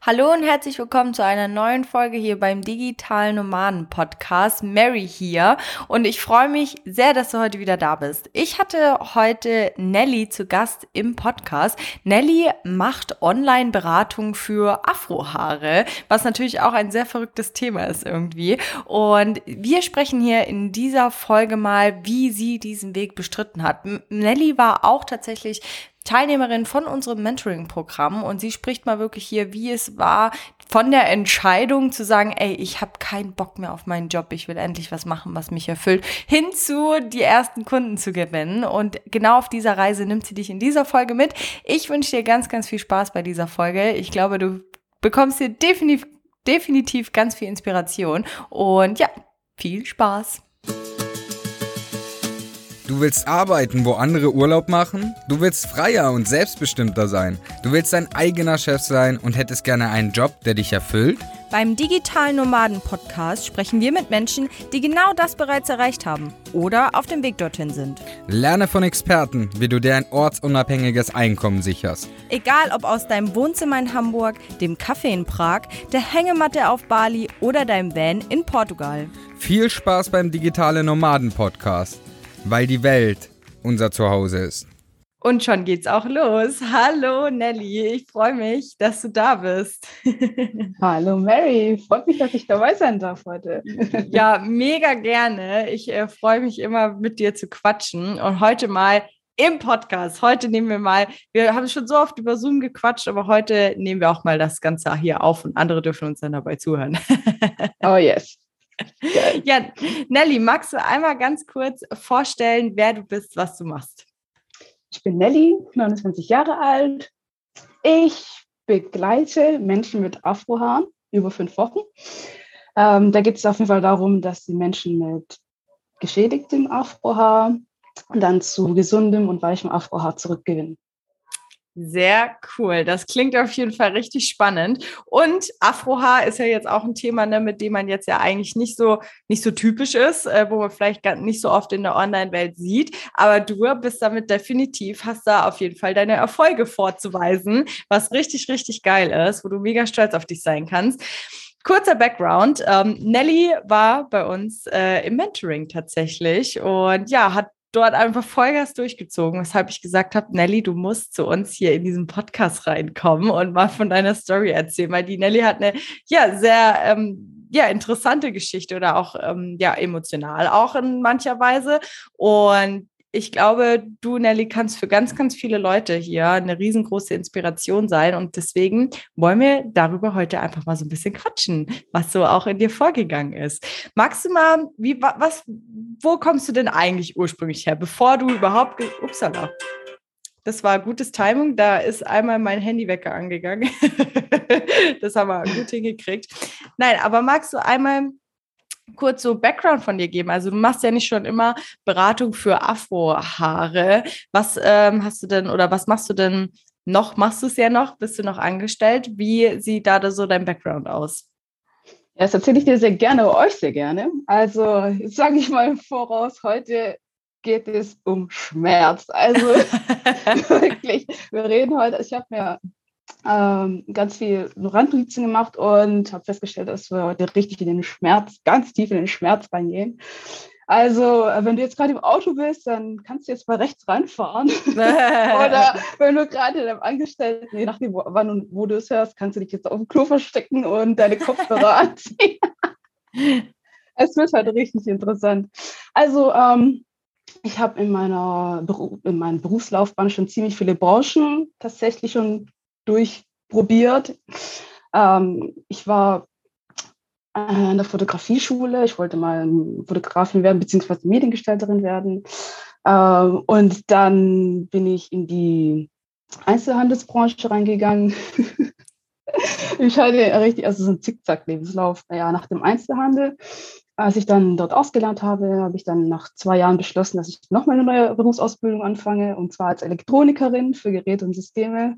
Hallo und herzlich willkommen zu einer neuen Folge hier beim Digitalen Nomaden Podcast. Mary hier und ich freue mich sehr, dass du heute wieder da bist. Ich hatte heute Nelly zu Gast im Podcast. Nelly macht Online-Beratung für Afrohaare, was natürlich auch ein sehr verrücktes Thema ist irgendwie. Und wir sprechen hier in dieser Folge mal, wie sie diesen Weg bestritten hat. Nelly war auch tatsächlich Teilnehmerin von unserem Mentoring-Programm und sie spricht mal wirklich hier, wie es war, von der Entscheidung zu sagen, ey, ich habe keinen Bock mehr auf meinen Job, ich will endlich was machen, was mich erfüllt, hinzu die ersten Kunden zu gewinnen. Und genau auf dieser Reise nimmt sie dich in dieser Folge mit. Ich wünsche dir ganz, ganz viel Spaß bei dieser Folge. Ich glaube, du bekommst hier definitiv ganz viel Inspiration und ja, viel Spaß. Du willst arbeiten, wo andere Urlaub machen? Du willst freier und selbstbestimmter sein. Du willst dein eigener Chef sein und hättest gerne einen Job, der dich erfüllt? Beim Digitalen Nomaden Podcast sprechen wir mit Menschen, die genau das bereits erreicht haben oder auf dem Weg dorthin sind. Lerne von Experten, wie du dir ein ortsunabhängiges Einkommen sicherst. Egal ob aus deinem Wohnzimmer in Hamburg, dem Café in Prag, der Hängematte auf Bali oder deinem Van in Portugal. Viel Spaß beim Digitalen Nomaden Podcast, weil die Welt unser Zuhause ist. Und schon geht's auch los. Hallo Nelly, ich freue mich, dass du da bist. Hallo Mary, freut mich, dass ich dabei sein darf heute. Ja, mega gerne. Ich freue mich immer, mit dir zu quatschen. Und heute mal im Podcast. Wir haben schon so oft über Zoom gequatscht, aber heute nehmen wir auch mal das Ganze hier auf und andere dürfen uns dann dabei zuhören. Oh yes. Geil. Ja, Nelly, magst du einmal ganz kurz vorstellen, wer du bist, was du machst? Ich bin Nelly, 29 Jahre alt. Ich begleite Menschen mit Afrohaaren über 5 Wochen. Da geht es auf jeden Fall darum, dass die Menschen mit geschädigtem Afrohaar und dann zu gesundem und weichem Afrohaar zurückgewinnen. Sehr cool. Das klingt auf jeden Fall richtig spannend. Und Afrohaar ist ja jetzt auch ein Thema, ne, mit dem man jetzt ja eigentlich nicht so typisch ist, wo man vielleicht gar nicht so oft in der Online-Welt sieht. Aber du bist damit hast da auf jeden Fall deine Erfolge vorzuweisen, was richtig, richtig geil ist, wo du mega stolz auf dich sein kannst. Kurzer Background. Nelly war bei uns im Mentoring tatsächlich und ja, hat dort einfach Vollgas durchgezogen, weshalb ich gesagt habe, Nelly, du musst zu uns hier in diesen Podcast reinkommen und mal von deiner Story erzählen, weil die Nelly hat eine sehr interessante Geschichte oder auch emotional auch in mancher Weise und ich glaube, du, Nelly, kannst für ganz, ganz viele Leute hier eine riesengroße Inspiration sein. Und deswegen wollen wir darüber heute einfach mal so ein bisschen quatschen, was so auch in dir vorgegangen ist. Magst du mal, wo kommst du denn eigentlich ursprünglich her, bevor du überhaupt, upsala, das war gutes Timing, da ist einmal mein Handywecker angegangen. Das haben wir gut hingekriegt. Nein, aber magst du einmal kurz so Background von dir geben? Also du machst ja nicht schon immer Beratung für Afrohaare. Was hast du denn oder was machst du denn noch? Machst du es ja noch? Bist du noch angestellt? Wie sieht da so dein Background aus? Ja, das erzähle ich dir sehr gerne, aber euch sehr gerne. Also jetzt sage ich mal im Voraus, heute geht es um Schmerz. Also wirklich, wir reden heute, ich habe mir ganz viel Randnotizen gemacht und habe festgestellt, dass wir heute richtig in den Schmerz, ganz tief in den Schmerz reingehen. Also, wenn du jetzt gerade im Auto bist, dann kannst du jetzt mal rechts ranfahren. Oder wenn du gerade in einem Angestellten, je nachdem, wann und wo du es hörst, kannst du dich jetzt auf dem Klo verstecken und deine Kopfhörer anziehen. Es wird halt richtig interessant. Also, ich habe in meiner Berufslaufbahn schon ziemlich viele Branchen tatsächlich schon durchprobiert. Ich war an der Fotografieschule. Ich wollte mal Fotografin werden, beziehungsweise Mediengestalterin werden. Und dann bin ich in die Einzelhandelsbranche reingegangen. Ich hatte richtig, also so einen Zickzack-Lebenslauf. Ja, nach dem Einzelhandel. Als ich dann dort ausgelernt habe, habe ich dann nach 2 Jahren beschlossen, dass ich nochmal eine neue Berufsausbildung anfange, und zwar als Elektronikerin für Geräte und Systeme.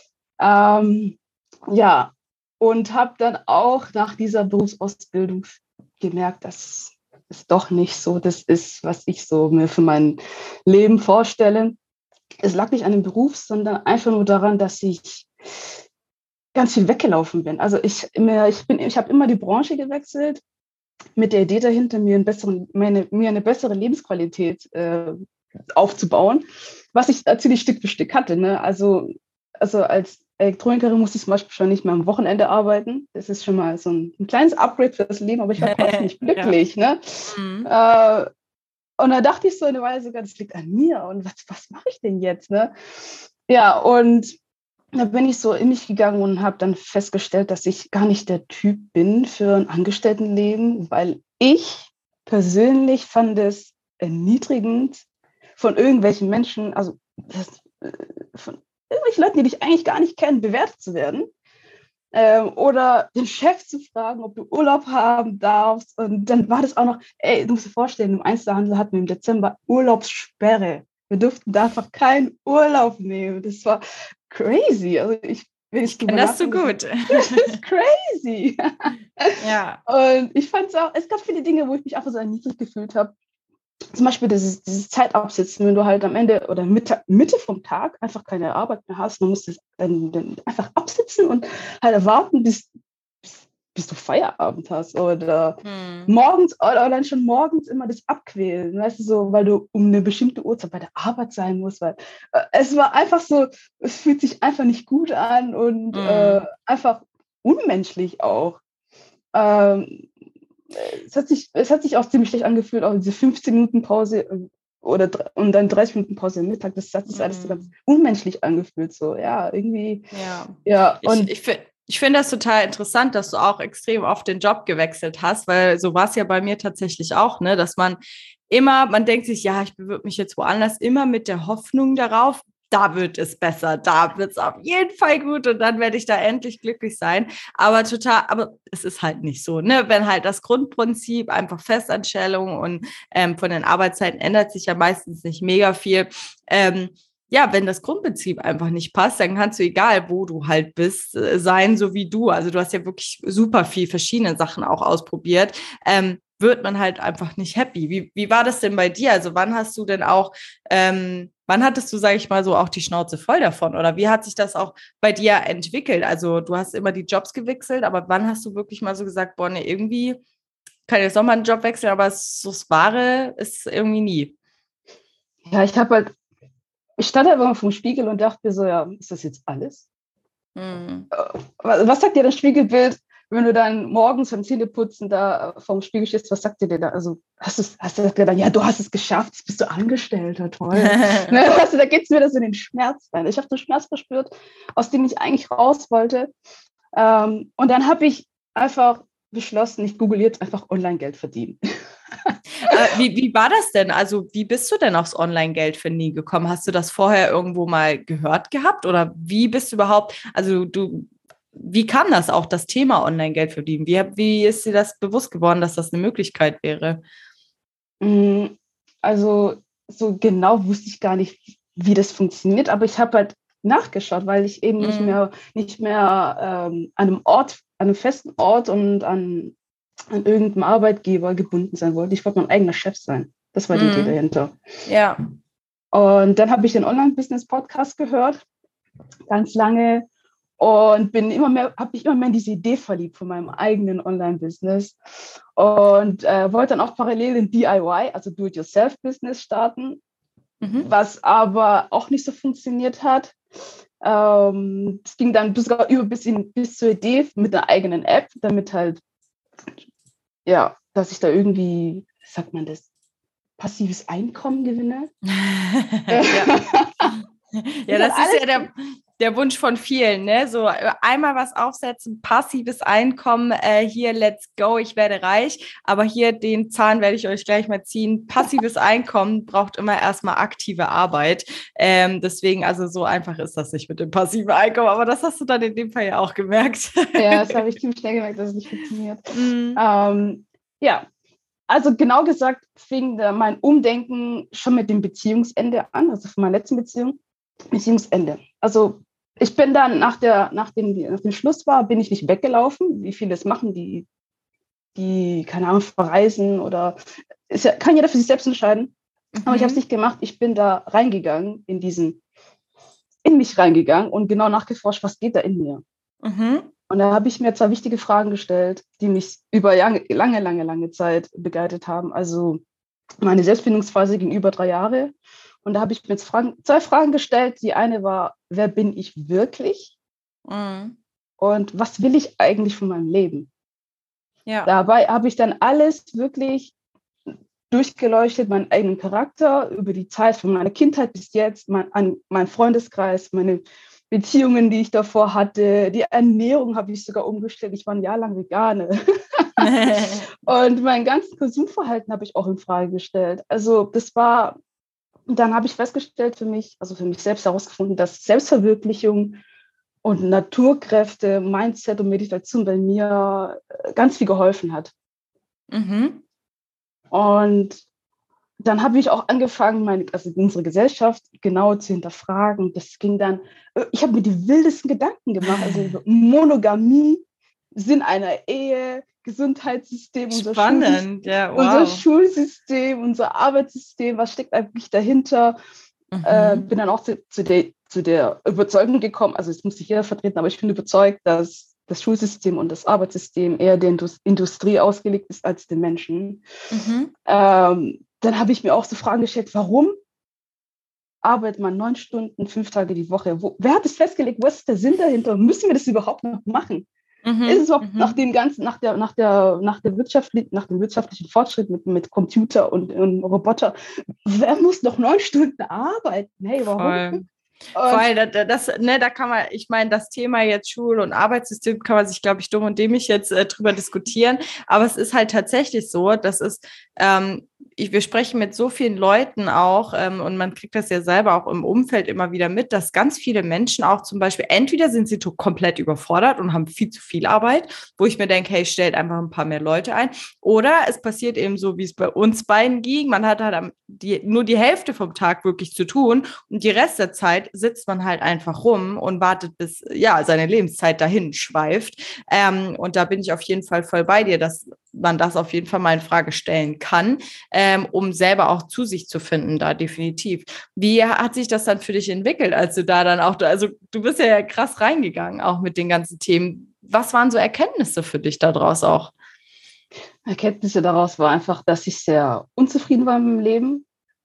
Ja, und habe dann auch nach dieser Berufsausbildung gemerkt, dass es doch nicht so das ist, was ich so mir für mein Leben vorstelle. Es lag nicht an dem Beruf, sondern einfach nur daran, dass ich ganz viel weggelaufen bin. Also ich habe immer die Branche gewechselt mit der Idee dahinter, mir eine bessere Lebensqualität aufzubauen, was ich natürlich Stück für Stück hatte. Ne? Also als Elektronikerin musste ich zum Beispiel schon nicht mehr am Wochenende arbeiten. Das ist schon mal so ein kleines Upgrade für das Leben, aber ich war trotzdem nicht glücklich. Ja. Ne? Und da dachte ich so eine Weile sogar, das liegt an mir. Und was mache ich denn jetzt? Ne? Ja, und da bin ich so in mich gegangen und habe dann festgestellt, dass ich gar nicht der Typ bin für ein Angestelltenleben, weil ich persönlich fand es erniedrigend, von irgendwelchen Menschen, von irgendwelchen Leuten, die dich eigentlich gar nicht kennen, bewertet zu werden. Oder den Chef zu fragen, ob du Urlaub haben darfst. Und dann war das auch noch, du musst dir vorstellen, im Einzelhandel hatten wir im Dezember Urlaubssperre. Wir durften da einfach keinen Urlaub nehmen. Das war crazy. Also ich kenne das so gut. Das ist crazy. Ja. Und ich fand es auch, es gab viele Dinge, wo ich mich einfach so erniedrigt gefühlt habe. Zum Beispiel dieses Zeitabsitzen, wenn du halt am Ende oder Mitte vom Tag einfach keine Arbeit mehr hast, dann musst du dann einfach absitzen und halt warten, bis du Feierabend hast oder morgens oder dann schon morgens immer das abquälen, weißt du, so, weil du um eine bestimmte Uhrzeit bei der Arbeit sein musst, weil es war einfach so, es fühlt sich einfach nicht gut an und einfach unmenschlich auch. Es hat sich auch ziemlich schlecht angefühlt, auch diese 15 Minuten Pause und dann 30 Minuten Pause am Mittag, das hat sich alles so ganz unmenschlich angefühlt, so, ja, irgendwie. Ja, und ich finde das total interessant, dass du auch extrem oft den Job gewechselt hast, weil so war es ja bei mir tatsächlich auch, ne, dass man denkt sich, ja, ich bewirbe mich jetzt woanders, immer mit der Hoffnung darauf, da wird es besser, da wird es auf jeden Fall gut und dann werde ich da endlich glücklich sein. Aber es ist halt nicht so, ne? Wenn halt das Grundprinzip einfach Festanstellung und von den Arbeitszeiten ändert sich ja meistens nicht mega viel. Ja, wenn das Grundprinzip einfach nicht passt, dann kannst du, egal wo du halt bist, sein, so wie du. Also du hast ja wirklich super viel verschiedene Sachen auch ausprobiert. Wird man halt einfach nicht happy. Wie war das denn bei dir? Also wann hattest du, sage ich mal, so auch die Schnauze voll davon? Oder wie hat sich das auch bei dir entwickelt? Also du hast immer die Jobs gewechselt, aber wann hast du wirklich mal so gesagt, boah, ne, irgendwie kann ich jetzt auch mal einen Job wechseln, aber das Wahre ist irgendwie nie. Ja, ich stand einfach mal vom Spiegel und dachte mir so, ja, ist das jetzt alles? Was sagt dir das Spiegelbild, wenn du dann morgens beim Zähneputzen da vorm Spiegel stehst, was sagt dir denn da? Also hast du gedacht, ja, du hast es geschafft, jetzt bist du Angestellter, toll. Ne, da geht es mir das in den Schmerz rein. Ich habe den Schmerz verspürt, aus dem ich eigentlich raus wollte. Und dann habe ich einfach beschlossen, ich google jetzt einfach Online-Geld verdienen. Wie war das denn? Also wie bist du denn aufs Online-Geld verdienen gekommen? Hast du das vorher irgendwo mal gehört gehabt? Oder wie bist du überhaupt, wie kam das auch, das Thema Online-Geld verdienen? Wie ist dir das bewusst geworden, dass das eine Möglichkeit wäre? Also so genau wusste ich gar nicht, wie das funktioniert, aber ich habe halt nachgeschaut, weil ich eben nicht mehr an einem festen Ort und an irgendeinem Arbeitgeber gebunden sein wollte. Ich wollte mein eigener Chef sein. Das war die Idee dahinter. Ja. Und dann habe ich den Online-Business-Podcast gehört, ganz lange, und habe mich immer mehr in diese Idee verliebt von meinem eigenen Online-Business und wollte dann auch parallel in DIY, also Do-it-yourself-Business starten, was aber auch nicht so funktioniert hat. Es ging dann sogar bis zur Idee mit einer eigenen App, damit halt, ja, dass ich da irgendwie, wie sagt man das, passives Einkommen gewinne. Ja, das ist ja der Wunsch von vielen, ne? So einmal was aufsetzen, passives Einkommen, hier, let's go, ich werde reich, aber hier den Zahn werde ich euch gleich mal ziehen. Passives Einkommen braucht immer erstmal aktive Arbeit. Deswegen, also so einfach ist das nicht mit dem passiven Einkommen, aber das hast du dann in dem Fall ja auch gemerkt. Ja, das habe ich ziemlich schnell gemerkt, dass es nicht funktioniert. Ja, also genau gesagt fing mein Umdenken schon mit dem Beziehungsende an, also von meiner letzten Beziehungsende. Also ich bin dann nach dem Schluss bin ich nicht weggelaufen, wie viele es machen, die keine Ahnung, verreisen oder kann jeder für sich selbst entscheiden. Aber ich habe es nicht gemacht. Ich bin da reingegangen, in mich reingegangen und genau nachgeforscht, was geht da in mir. Mhm. Und da habe ich mir 2 wichtige Fragen gestellt, die mich über lange Zeit begleitet haben. Also meine Selbstfindungsphase ging über 3 Jahre. Und da habe ich mir jetzt 2 Fragen gestellt. Die eine war, wer bin ich wirklich? Mhm. Und was will ich eigentlich von meinem Leben? Ja. Dabei habe ich dann alles wirklich durchgeleuchtet, meinen eigenen Charakter über die Zeit von meiner Kindheit bis jetzt, mein Freundeskreis, meine Beziehungen, die ich davor hatte, die Ernährung habe ich sogar umgestellt. Ich war ein Jahr lang Veganer. Und mein ganzes Konsumverhalten habe ich auch in Frage gestellt. Also dann habe ich festgestellt also für mich selbst herausgefunden, dass Selbstverwirklichung und Naturkräfte, Mindset und Meditation bei mir ganz viel geholfen hat. Mhm. Und dann habe ich auch angefangen, unsere Gesellschaft genau zu hinterfragen. Das ging dann, ich habe mir die wildesten Gedanken gemacht, also über Monogamie, Sinn einer Ehe, Gesundheitssystem, Spannend, ja, unser wow. Schulsystem, unser Arbeitssystem, was steckt eigentlich dahinter? Mhm. Bin dann auch zu der Überzeugung gekommen, also es muss nicht jeder vertreten, aber ich bin überzeugt, dass das Schulsystem und das Arbeitssystem eher der Industrie ausgelegt ist als den Menschen. Mhm. Dann habe ich mir auch so Fragen gestellt, warum arbeitet man 9 Stunden, 5 Tage die Woche? Wer hat es festgelegt? Was ist der Sinn dahinter? Müssen wir das überhaupt noch machen? Ist Mhm. es auch nach Mhm. dem ganzen, nach dem wirtschaftlichen Fortschritt mit Computer und Roboter, wer muss noch 9 Stunden arbeiten? Hey, warum? Voll. Vor Und allem, da kann man, ich meine, das Thema jetzt Schul- und Arbeitssystem kann man sich, glaube ich, dumm und dämlich jetzt drüber diskutieren. Aber es ist halt tatsächlich so, wir sprechen mit so vielen Leuten auch und man kriegt das ja selber auch im Umfeld immer wieder mit, dass ganz viele Menschen auch zum Beispiel, entweder sind sie komplett überfordert und haben viel zu viel Arbeit, wo ich mir denke, hey, stellt einfach ein paar mehr Leute ein. Oder es passiert eben so, wie es bei uns beiden ging. Man hat halt nur die Hälfte vom Tag wirklich zu tun und die Rest der Zeit sitzt man halt einfach rum und wartet, bis ja seine Lebenszeit dahin schweift. Und da bin ich auf jeden Fall voll bei dir, dass man das auf jeden Fall mal in Frage stellen kann, um selber auch zu sich zu finden, da definitiv. Wie hat sich das dann für dich entwickelt, als du da dann auch, also du bist ja krass reingegangen, auch mit den ganzen Themen. Was waren so Erkenntnisse für dich daraus auch? Erkenntnisse daraus war einfach, dass ich sehr unzufrieden war mit dem Leben.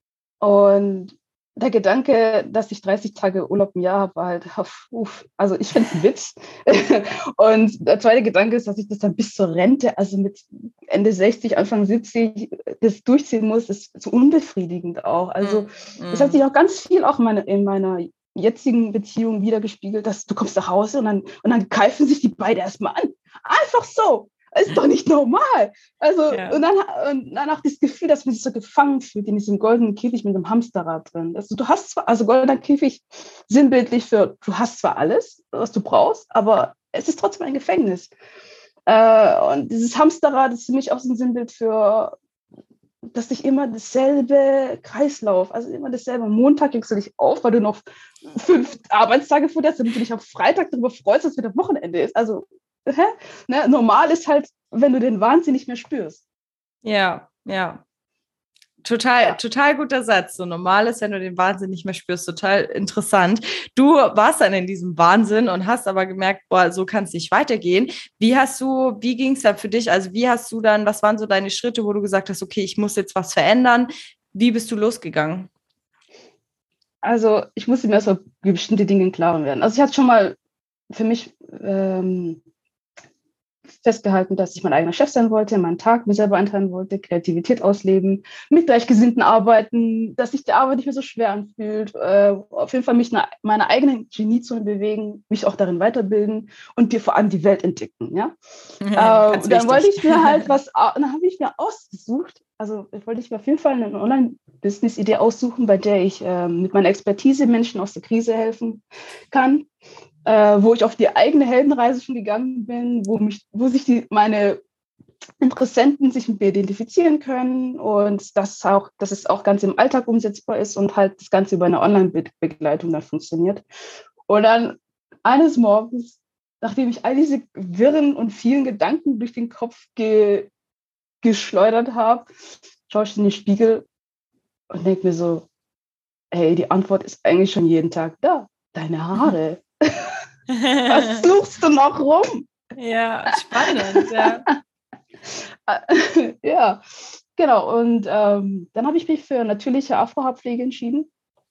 Und der Gedanke, dass ich 30 Tage Urlaub im Jahr habe, war halt, also ich finde es ein Witz. Und der zweite Gedanke ist, dass ich das dann bis zur Rente, also mit Ende 60, Anfang 70, das durchziehen muss, ist so unbefriedigend auch. Also es hat sich auch ganz viel auch in meiner jetzigen Beziehung wiedergespiegelt, dass du kommst nach Hause und dann keifen sich die beiden erstmal an. Einfach so. Das ist doch nicht normal. Also, Ja. und dann auch das Gefühl, dass man sich so gefangen fühlt in diesem goldenen Käfig mit einem Hamsterrad drin. Also du hast zwar, also goldener Käfig sinnbildlich du hast zwar alles, was du brauchst, aber es ist trotzdem ein Gefängnis. Und dieses Hamsterrad ist für mich auch so ein Sinnbild für, dass dich immer dasselbe Kreislauf, also immer dasselbe. Am Montag legst du dich auf, weil du noch 5 Arbeitstage vor dir hast, damit du dich am Freitag darüber freust, dass wieder Wochenende ist. Also ne? Normal ist halt, wenn du den Wahnsinn nicht mehr spürst. Ja, ja. Total, Ja. total guter Satz. So normal ist, wenn du den Wahnsinn nicht mehr spürst, total interessant. Du warst dann in diesem Wahnsinn und hast aber gemerkt, boah, so kann es nicht weitergehen. Wie ging es dann für dich? Also was waren so deine Schritte, wo du gesagt hast, okay, ich muss jetzt was verändern? Wie bist du losgegangen? Also ich musste mir erstmal bestimmte Dinge im Klaren werden. Also ich hatte schon mal für mich festgehalten, dass ich mein eigener Chef sein wollte, meinen Tag mir selber einteilen wollte, Kreativität ausleben, mit Gleichgesinnten arbeiten, dass sich die Arbeit nicht mehr so schwer anfühlt, auf jeden Fall mich in meiner eigenen Geniezone bewegen, mich auch darin weiterbilden und vor allem die Welt entdecken. Ja? Ganz Dann wollte wichtig. ich mir halt dann habe ich mir ausgesucht, also wollte ich mir auf jeden Fall eine Online-Business-Idee aussuchen, bei der ich mit meiner Expertise Menschen aus der Krise helfen kann. Wo ich auf die eigene Heldenreise schon gegangen bin, wo sich meine Interessenten sich mit mir identifizieren können und dass es auch ganz im Alltag umsetzbar ist und halt das Ganze über eine Online-Begleitung dann funktioniert. Und dann eines Morgens, nachdem ich all diese wirren und vielen Gedanken durch den Kopf geschleudert habe, schaue ich in den Spiegel und denke mir so, hey, die Antwort ist eigentlich schon jeden Tag da. Deine Haare. Was suchst du noch rum? Ja, spannend, ja. Ja, genau. Und dann habe ich mich für natürliche Afrohaarpflege entschieden.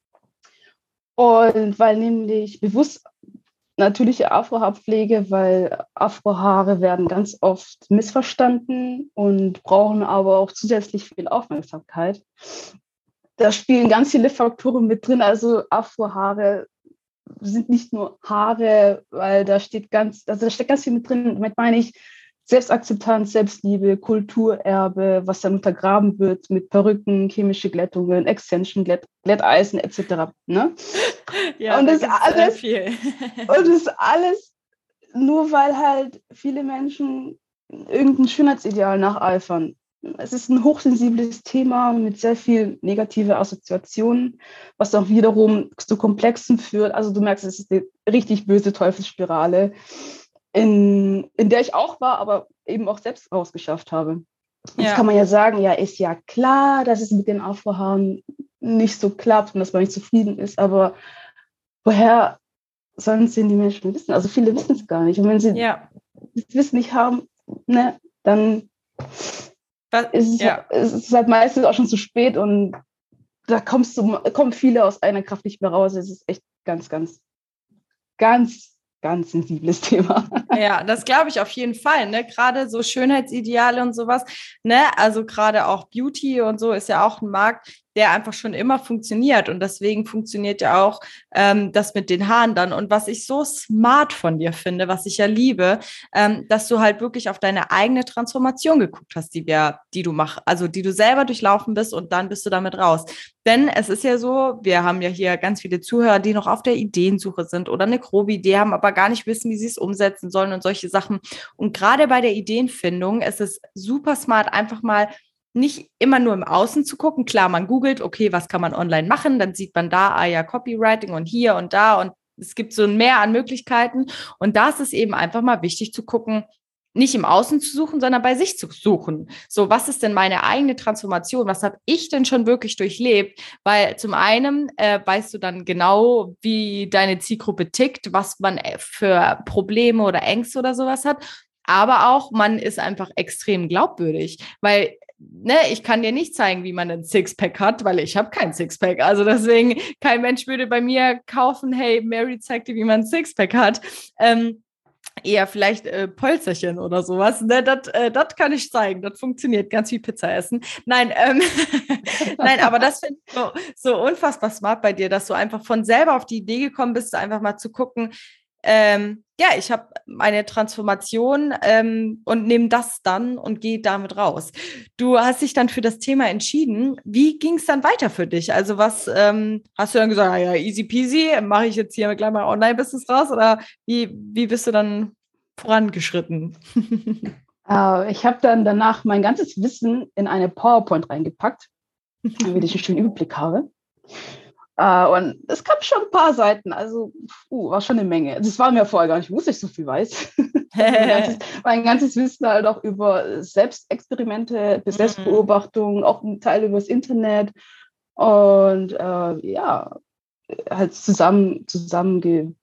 Und weil nämlich bewusst natürliche Afrohaarpflege, weil Afrohaare werden ganz oft missverstanden und brauchen aber auch zusätzlich viel Aufmerksamkeit. Da spielen ganz viele Faktoren mit drin. Also Afrohaare sind nicht nur Haare, weil da steckt ganz viel mit drin. Damit meine ich Selbstakzeptanz, Selbstliebe, Kulturerbe, was dann untergraben wird mit Perücken, chemische Glättungen, Extension, Glätteisen etc. Ne? Ja, und da das gibt's alles viel. und das alles nur, weil halt viele Menschen irgendein Schönheitsideal nacheifern. Es ist ein hochsensibles Thema mit sehr viel negative Assoziationen, was auch wiederum zu Komplexen führt. Also du merkst, es ist eine richtig böse Teufelsspirale, in der ich auch war, aber eben auch selbst rausgeschafft habe. Jetzt kann man ja sagen, ja, ist ja klar, dass es mit den Afrohaaren nicht so klappt und dass man nicht zufrieden ist, aber woher sollen es denn die Menschen wissen? Also viele wissen es gar nicht. Und wenn sie das Wissen nicht haben, ne, dann ist es halt meistens auch schon zu spät und da kommen viele aus einer Kraft nicht mehr raus. Es ist echt ganz, ganz, ganz, ganz sensibles Thema. Ja, das glaube ich auf jeden Fall, ne? Gerade so Schönheitsideale und sowas, ne? Also gerade auch Beauty und so ist ja auch ein Markt, der einfach schon immer funktioniert und deswegen funktioniert ja auch das mit den Haaren dann. Und was ich so smart von dir finde, was ich ja liebe, dass du halt wirklich auf deine eigene Transformation geguckt hast, die du machst, also die du selber durchlaufen bist und dann bist du damit raus. Denn es ist ja so, wir haben ja hier ganz viele Zuhörer, die noch auf der Ideensuche sind oder eine grobe Idee haben, aber gar nicht wissen, wie sie es umsetzen sollen und solche Sachen. Und gerade bei der Ideenfindung ist es super smart, einfach mal nicht immer nur im Außen zu gucken. Klar, man googelt, okay, was kann man online machen? Dann sieht man da, ja, Copywriting und hier und da und es gibt so ein Mehr an Möglichkeiten. Und da ist es eben einfach mal wichtig zu gucken, nicht im Außen zu suchen, sondern bei sich zu suchen. So, was ist denn meine eigene Transformation? Was habe ich denn schon wirklich durchlebt? Weil zum einen weißt du dann genau, wie deine Zielgruppe tickt, was man für Probleme oder Ängste oder sowas hat. Aber auch, man ist einfach extrem glaubwürdig, weil ich kann dir nicht zeigen, wie man einen Sixpack hat, weil ich habe kein Sixpack. Also deswegen, kein Mensch würde bei mir kaufen, hey, Mary zeigt dir, wie man ein Sixpack hat. Eher vielleicht Polsterchen oder sowas. Ne, das kann ich zeigen. Das funktioniert. Ganz wie Pizza essen. Nein, nein, aber das finde ich so unfassbar smart bei dir, dass du einfach von selber auf die Idee gekommen bist, einfach mal zu gucken, ich habe meine Transformation und nehme das dann und gehe damit raus. Du hast dich dann für das Thema entschieden. Wie ging es dann weiter für dich? Also was hast du dann gesagt, ja, easy peasy, mache ich jetzt hier gleich mal Online-Business raus oder wie bist du dann vorangeschritten? Ich habe dann danach mein ganzes Wissen in eine PowerPoint reingepackt, damit ich einen schönen Überblick habe. Und es gab schon ein paar Seiten, also war schon eine Menge. Das war mir vorher gar nicht bewusst, dass ich so viel weiß. mein ganzes Wissen halt auch über Selbstexperimente, Selbstbeobachtung, auch ein Teil über das Internet und halt zusammengewürfelt.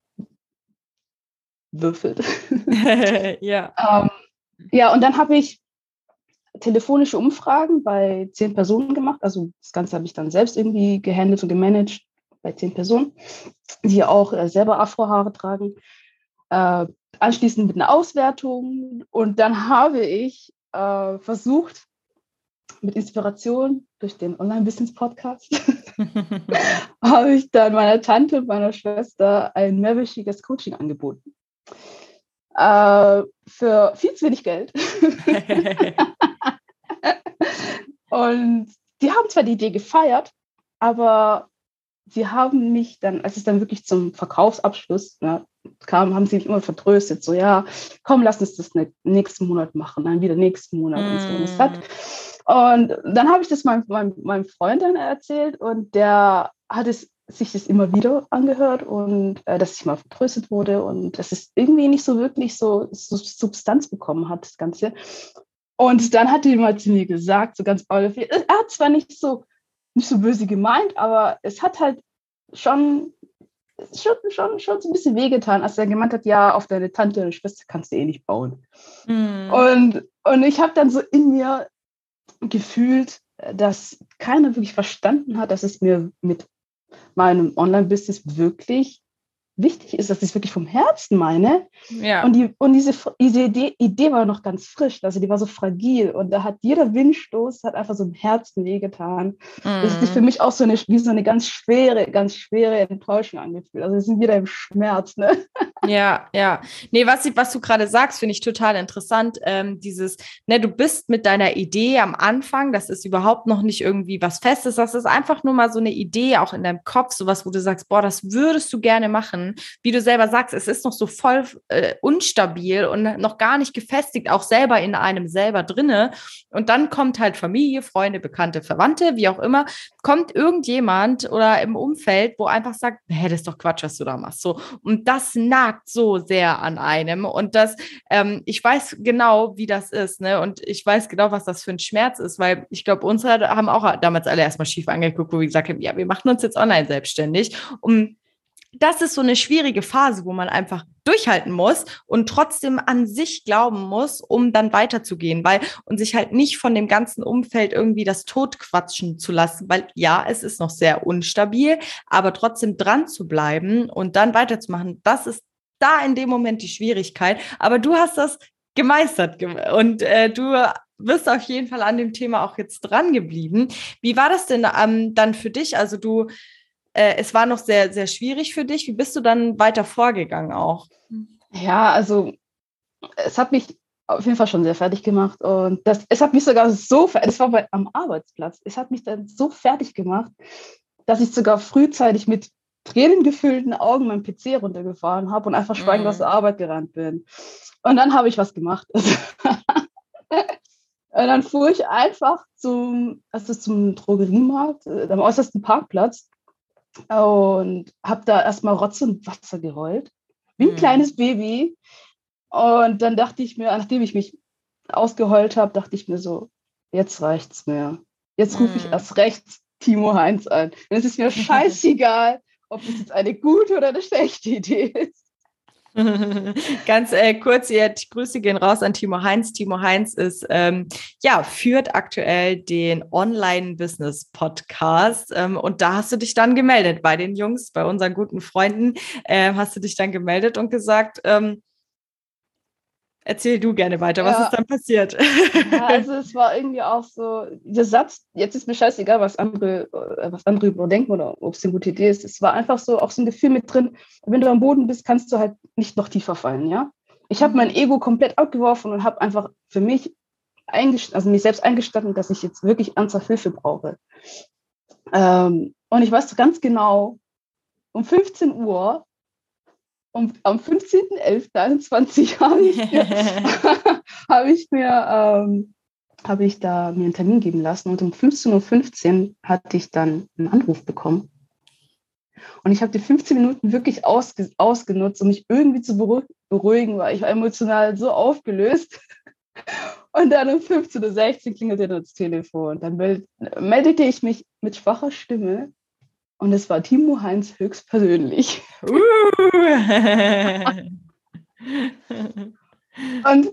Ja. Und dann habe ich telefonische Umfragen bei 10 Personen gemacht. Also das Ganze habe ich dann selbst irgendwie gehandelt und gemanagt bei 10 Personen, die auch selber Afrohaare tragen. Anschließend mit einer Auswertung. Und dann habe ich versucht, mit Inspiration durch den Online-Business-Podcast, habe ich dann meiner Tante und meiner Schwester ein mehrwöchiges Coaching angeboten. Für viel zu wenig Geld. Und die haben zwar die Idee gefeiert, aber sie haben mich dann, als es dann wirklich zum Verkaufsabschluss kam, haben sie mich immer vertröstet, so ja, komm, lass uns das nächsten Monat machen, dann wieder nächsten Monat und so. Und dann habe ich das meinem Freund dann erzählt und der hat sich das immer wieder angehört und dass ich mal vertröstet wurde und dass es irgendwie nicht so wirklich so Substanz bekommen hat, das Ganze. Und dann hat die mal zu mir gesagt, so ganz baulich, er hat zwar nicht so böse gemeint, aber es hat halt schon schon so ein bisschen wehgetan, als er gemeint hat, ja, auf deine Tante und Schwester kannst du eh nicht bauen. Mhm. Und ich habe dann so in mir gefühlt, dass keiner wirklich verstanden hat, dass es mir mit meinem Online-Business wirklich wichtig ist, dass ich es wirklich vom Herzen meine. Ja. Und diese Idee war noch ganz frisch, also die war so fragil und da hat jeder Windstoß hat einfach so im Herzen wehgetan. Das ist für mich auch wie so eine ganz schwere Enttäuschung angefühlt. Also wir sind wieder im Schmerz, ne? Ja. Nee, was du gerade sagst, finde ich total interessant. Du bist mit deiner Idee am Anfang, das ist überhaupt noch nicht irgendwie was Festes, das ist einfach nur mal so eine Idee auch in deinem Kopf, sowas, wo du sagst, boah, das würdest du gerne machen. Wie du selber sagst, es ist noch so voll unstabil und noch gar nicht gefestigt, auch selber in einem selber drinne. Und dann kommt halt Familie, Freunde, Bekannte, Verwandte, wie auch immer, kommt irgendjemand oder im Umfeld, wo einfach sagt, das ist doch Quatsch, was du da machst. So. Und das nagt so sehr an einem. Und ich weiß genau, wie das ist, ne? Und ich weiß genau, was das für ein Schmerz ist, weil ich glaube, unsere haben auch damals alle erstmal schief angeguckt, wo wir gesagt haben, ja, wir machen uns jetzt online selbstständig. Das ist so eine schwierige Phase, wo man einfach durchhalten muss und trotzdem an sich glauben muss, um dann weiterzugehen, und sich halt nicht von dem ganzen Umfeld irgendwie das totquatschen zu lassen, weil ja, es ist noch sehr unstabil, aber trotzdem dran zu bleiben und dann weiterzumachen, das ist da in dem Moment die Schwierigkeit. Aber du hast das gemeistert und du bist auf jeden Fall an dem Thema auch jetzt dran geblieben. Wie war das denn dann für dich? Also es war noch sehr, sehr schwierig für dich. Wie bist du dann weiter vorgegangen auch? Ja, also es hat mich auf jeden Fall schon sehr fertig gemacht und es hat mich sogar das war am Arbeitsplatz, es hat mich dann so fertig gemacht, dass ich sogar frühzeitig mit tränengefüllten Augen meinen PC runtergefahren habe und einfach schweigend aus der Arbeit gerannt bin. Und dann habe ich was gemacht. Und dann fuhr ich einfach zum Drogeriemarkt, am äußersten Parkplatz und habe da erstmal Rotz und Wasser geheult, wie ein kleines Baby. Und dann dachte ich mir, nachdem ich mich ausgeheult habe, dachte ich mir so, jetzt reicht's mir. Jetzt rufe ich erst recht Timo Heinz an. Und es ist mir scheißegal, ob das jetzt eine gute oder eine schlechte Idee ist. Ganz kurz, Grüße gehen raus an Timo Heinz. Timo Heinz führt aktuell den Online-Business-Podcast und da hast du dich dann gemeldet bei den Jungs, bei unseren guten Freunden, hast du dich dann gemeldet und gesagt, erzähl du gerne weiter, was ist dann passiert? Ja, also es war irgendwie auch so, der Satz, jetzt ist mir scheißegal, was andere überdenken oder ob es eine gute Idee ist. Es war einfach so auch so ein Gefühl mit drin, wenn du am Boden bist, kannst du halt nicht noch tiefer fallen, ja. Ich habe mein Ego komplett abgeworfen und habe einfach für mich mich selbst eingestanden, dass ich jetzt wirklich ernsthaft Hilfe brauche. Und ich weiß ganz genau, um 15 Uhr und am 15.11.21 habe ich da mir einen Termin geben lassen und um 15.15 Uhr hatte ich dann einen Anruf bekommen. Und ich habe die 15 Minuten wirklich ausgenutzt, um mich irgendwie zu beruhigen, weil ich war emotional so aufgelöst. Und dann um 15.16 Uhr klingelte das Telefon. Dann meldete ich mich mit schwacher Stimme. Und es war Timo Heinz höchstpersönlich. Und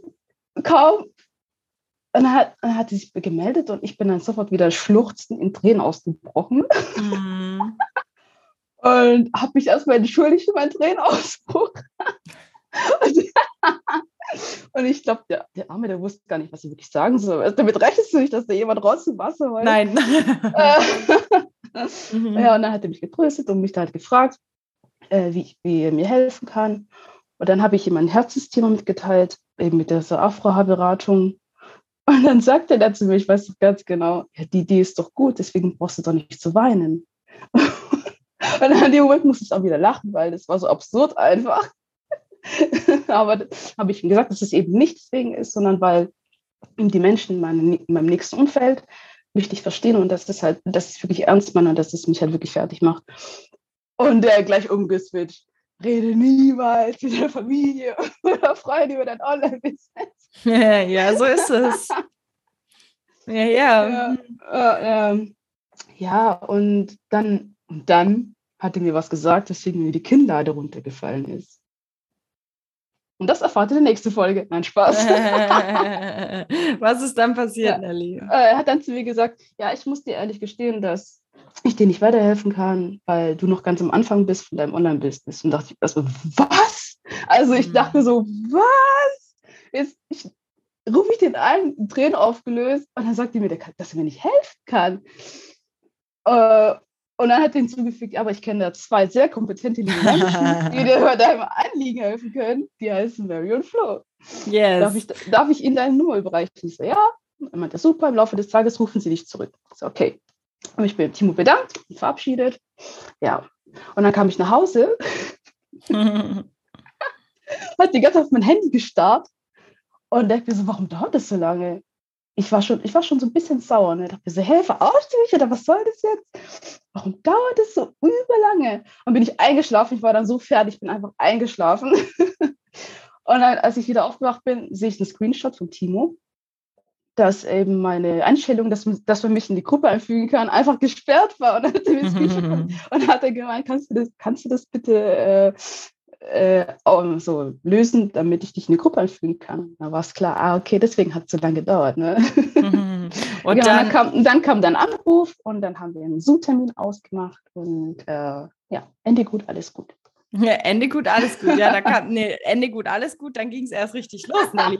dann hat sie sich gemeldet und ich bin dann sofort wieder schluchzend in Tränen ausgebrochen. Und habe mich erstmal entschuldigt für meinen Tränenausbruch. Und ich glaube, der Arme, der wusste gar nicht, was ich wirklich sagen soll. Also, damit rechnest du nicht, dass da jemand raus im Wasser heult. Nein. Ja, und dann hat er mich getröstet und mich da halt gefragt, wie er mir helfen kann. Und dann habe ich ihm mein Herzensthema mitgeteilt, eben mit dieser Afro-Haarberatung. Und dann sagte er zu mir, ich weiß doch ganz genau, ja, die Idee ist doch gut, deswegen brauchst du doch nicht zu weinen. Und dann in dem Moment musste ich auch wieder lachen, weil das war so absurd einfach. Aber das habe ich ihm gesagt, dass es eben nicht deswegen ist, sondern weil die Menschen in meinem nächsten Umfeld richtig verstehen und dass ich wirklich ernst meine und dass es mich halt wirklich fertig macht. Und der gleich umgeswitcht. Rede niemals mit der Familie oder Freunde über dein Online-Business. Ja, so ist es. Ja. Ja, und dann hatte mir was gesagt, weswegen mir die Kinnlade runtergefallen ist. Und das erfahrt ihr in der nächsten Folge. Nein, Spaß. Was ist dann passiert, Ja. Nelly? Er hat dann zu mir gesagt, ja, ich muss dir ehrlich gestehen, dass ich dir nicht weiterhelfen kann, weil du noch ganz am Anfang bist von deinem Online-Business. Und dachte ich erstmal, was? Also ich dachte so, was? Jetzt rufe ich den an, Tränen aufgelöst, und dann sagt er mir, dass er mir nicht helfen kann. Und dann hat er hinzugefügt, aber ich kenne da 2 sehr kompetente liebe Menschen, die dir bei deinem Anliegen helfen können. Die heißen Mary und Flo. Yes. Darf ich Ihnen deine Nummer überreichen? Ich so, ja. Er meinte, super, im Laufe des Tages rufen Sie dich zurück. Ich so, okay. Habe mich bei Timo bedankt und verabschiedet. Ja. Und dann kam ich nach Hause, hat die ganze Zeit auf mein Handy gestarrt und dachte mir so, warum dauert das so lange? Ich war schon so ein bisschen sauer. Ne? Ich dachte mir so, verarschst du mich oder was soll das jetzt? Warum dauert das so überlange? Und bin ich eingeschlafen. Ich war dann so fertig, bin einfach eingeschlafen. Und dann, als ich wieder aufgewacht bin, sehe ich einen Screenshot von Timo, dass eben meine Einstellung, dass man mich in die Gruppe einfügen kann, einfach gesperrt war. Und dann hat er mir einen Screenshot und hat er gemeint, kannst du das bitte so lösen, damit ich dich in die Gruppe einfügen kann. Da war es klar, okay, deswegen hat es so lange gedauert. Ne? Und genau, dann kam dein Anruf und dann haben wir einen Zoom-Termin ausgemacht und Ende gut, alles gut. Ja, Ende gut, alles gut. Ja, Ende gut, alles gut, dann ging es erst richtig los, Nelly.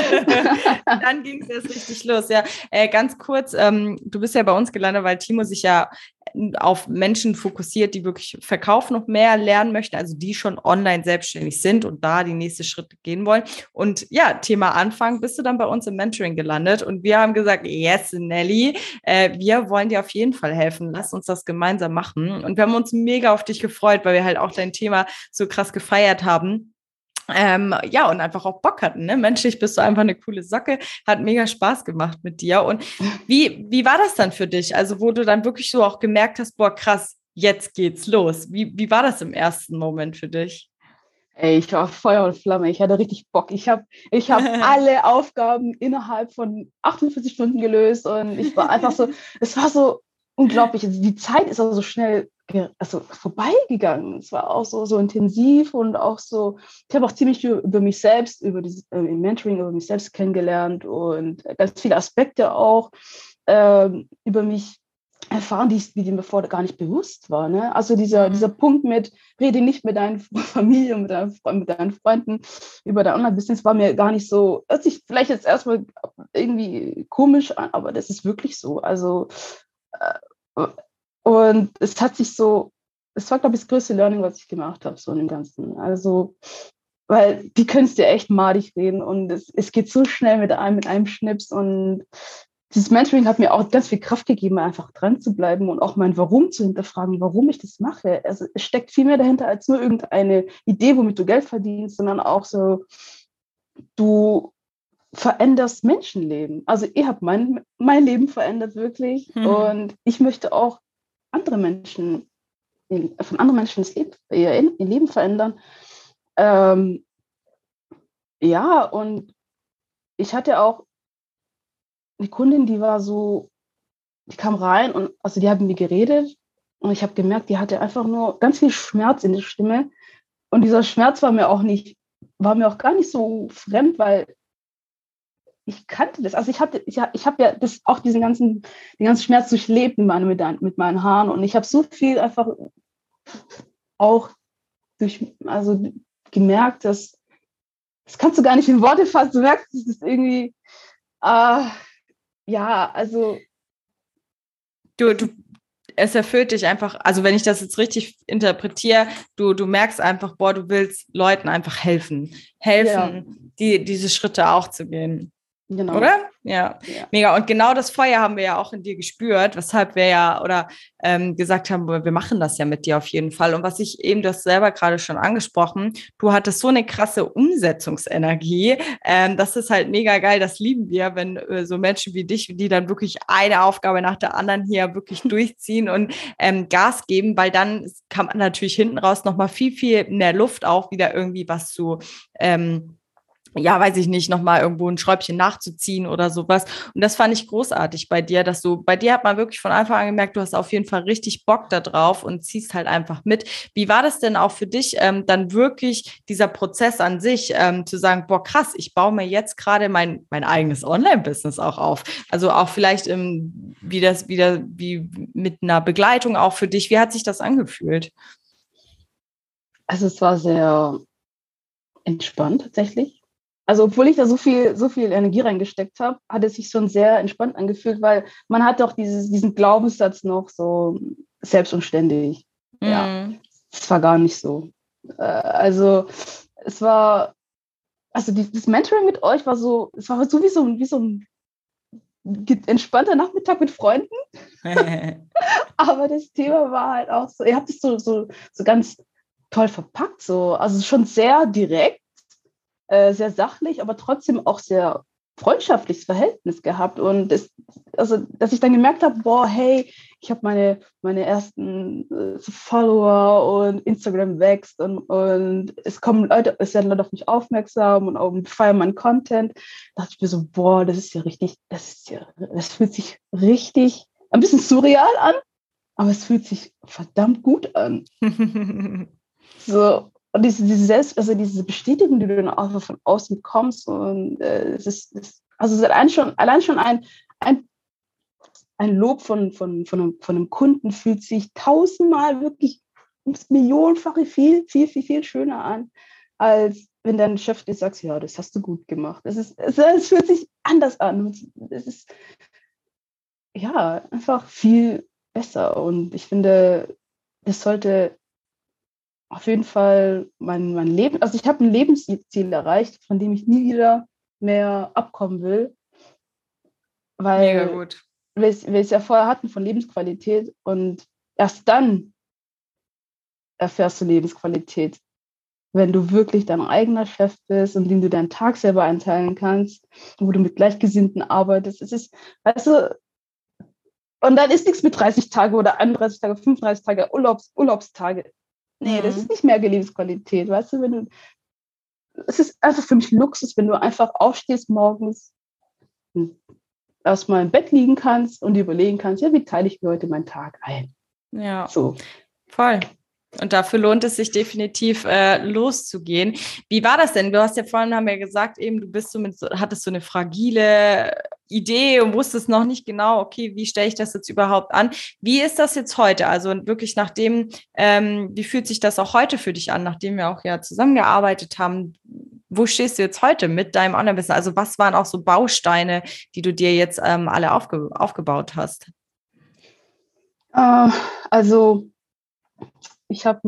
Dann ging es erst richtig los, ja. Ganz kurz, du bist ja bei uns gelandet, weil Timo sich ja auf Menschen fokussiert, die wirklich Verkauf noch mehr lernen möchten, also die schon online selbstständig sind und da die nächsten Schritte gehen wollen. Und ja, Thema Anfang, bist du dann bei uns im Mentoring gelandet und wir haben gesagt, yes, Nelly, wir wollen dir auf jeden Fall helfen, lass uns das gemeinsam machen. Und wir haben uns mega auf dich gefreut, weil wir halt auch dein Thema so krass gefeiert haben. Und einfach auch Bock hatten. Ne? Menschlich bist du einfach eine coole Socke. Hat mega Spaß gemacht mit dir. Und wie war das dann für dich? Also, wo du dann wirklich so auch gemerkt hast, boah, krass, jetzt geht's los. Wie war das im ersten Moment für dich? Ey, ich war Feuer und Flamme. Ich hatte richtig Bock. Ich hab alle Aufgaben innerhalb von 48 Stunden gelöst und ich war einfach so, es war so unglaublich. Die Zeit ist auch so schnell vorbeigegangen. Es war auch so intensiv und auch so, ich habe auch ziemlich viel über mich selbst, über dieses im Mentoring, über mich selbst kennengelernt und ganz viele Aspekte auch über mich erfahren, die mir vorher gar nicht bewusst war. Ne? Also dieser Punkt mit, rede nicht mit deiner Familie, mit deinen Freunden über dein Online-Business, war mir gar nicht so, hört sich vielleicht jetzt erstmal irgendwie komisch an, aber das ist wirklich so. Also und es hat sich so, es war, glaube ich, das größte Learning, was ich gemacht habe, so in dem Ganzen. Also, weil die können es dir echt madig reden und es geht so schnell mit einem Schnips und dieses Mentoring hat mir auch ganz viel Kraft gegeben, einfach dran zu bleiben und auch mein Warum zu hinterfragen, warum ich das mache. Also es steckt viel mehr dahinter als nur irgendeine Idee, womit du Geld verdienst, sondern auch so, du veränderst Menschenleben. Also ihr habt mein Leben verändert wirklich und ich möchte auch von anderen Menschen ihr Leben verändern. Und ich hatte auch eine Kundin, die kam rein und also die hat mit mir geredet und ich habe gemerkt, die hatte einfach nur ganz viel Schmerz in der Stimme und dieser Schmerz war mir auch gar nicht so fremd, weil ich kannte das. Also ich habe ja den ganzen Schmerz durchlebt mit meinen Haaren und ich habe so viel einfach auch gemerkt, dass das kannst du gar nicht in Worte fassen. Du merkst, das ist irgendwie es erfüllt dich einfach, also wenn ich das jetzt richtig interpretiere, du merkst einfach, boah, du willst Leuten einfach helfen, diese Schritte auch zu gehen. Genau. Oder? Ja, mega. Und genau das Feuer haben wir ja auch in dir gespürt, weshalb wir gesagt haben, wir machen das ja mit dir auf jeden Fall. Und was ich eben, du hast selber gerade schon angesprochen, du hattest so eine krasse Umsetzungsenergie. Das ist halt mega geil, das lieben wir, wenn so Menschen wie dich, die dann wirklich eine Aufgabe nach der anderen hier wirklich durchziehen und Gas geben, weil dann kann man natürlich hinten raus nochmal viel, viel mehr Luft auch wieder irgendwie was zu ja, weiß ich nicht, nochmal irgendwo ein Schräubchen nachzuziehen oder sowas. Und das fand ich großartig bei dir, bei dir hat man wirklich von Anfang an gemerkt, du hast auf jeden Fall richtig Bock da drauf und ziehst halt einfach mit. Wie war das denn auch für dich, dann wirklich dieser Prozess an sich, zu sagen, boah, krass, ich baue mir jetzt gerade mein eigenes Online-Business auch auf. Also auch vielleicht wie mit einer Begleitung auch für dich. Wie hat sich das angefühlt? Also es war sehr entspannt tatsächlich. Also obwohl ich da so viel Energie reingesteckt habe, hat es sich schon sehr entspannt angefühlt, weil man hat doch diesen Glaubenssatz noch so selbst und ständig. Ja, Mm. es war gar nicht so. Also es war, also das Mentoring mit euch war so, es war so wie so ein entspannter Nachmittag mit Freunden, aber das Thema war halt auch so, ihr habt es so ganz toll verpackt, so, also schon sehr direkt, sehr sachlich, aber trotzdem auch sehr freundschaftliches Verhältnis gehabt. Und also, dass ich dann gemerkt habe, boah, hey, ich habe meine ersten Follower und Instagram wächst und es werden Leute auf mich aufmerksam und feiern meinen Content. Da dachte ich mir so, boah, das fühlt sich richtig ein bisschen surreal an, aber es fühlt sich verdammt gut an. So, und also diese Bestätigung, die du dann auch von außen bekommst, und also es ist allein schon ein Lob von einem Kunden fühlt sich tausendmal wirklich millionenfache viel schöner an, als wenn dein Chef dir sagt, ja, das hast du gut gemacht. Es fühlt sich anders an. Es ist ja einfach viel besser. Und ich finde, das sollte auf jeden Fall mein Leben, also ich habe ein Lebensziel erreicht, von dem ich nie wieder mehr abkommen will, Mega weil gut. wir es ja vorher hatten von Lebensqualität, und erst dann erfährst du Lebensqualität, wenn du wirklich dein eigener Chef bist und dem du deinen Tag selber einteilen kannst, wo du mit Gleichgesinnten arbeitest. Es ist, weißt du, und dann ist nichts mit 30 Tage oder 31 Tage, 35 Tage Urlaubstage. Nee, das ist Mhm. nicht mehr Lebensqualität, weißt du, es ist einfach für mich Luxus, wenn du einfach aufstehst morgens, erstmal im Bett liegen kannst und dir überlegen kannst, ja, wie teile ich mir heute meinen Tag ein? Ja, So. voll. Und dafür lohnt es sich definitiv loszugehen. Wie war das denn? Du hast ja vorhin, haben wir gesagt, eben, hattest so eine fragile Idee und wusstest noch nicht genau, okay, wie stelle ich das jetzt überhaupt an? Wie ist das jetzt heute? Also wirklich wie fühlt sich das auch heute für dich an, nachdem wir auch ja zusammengearbeitet haben? Wo stehst du jetzt heute mit deinem Online-Business? Also was waren auch so Bausteine, die du dir jetzt alle aufgebaut hast? Also ich habe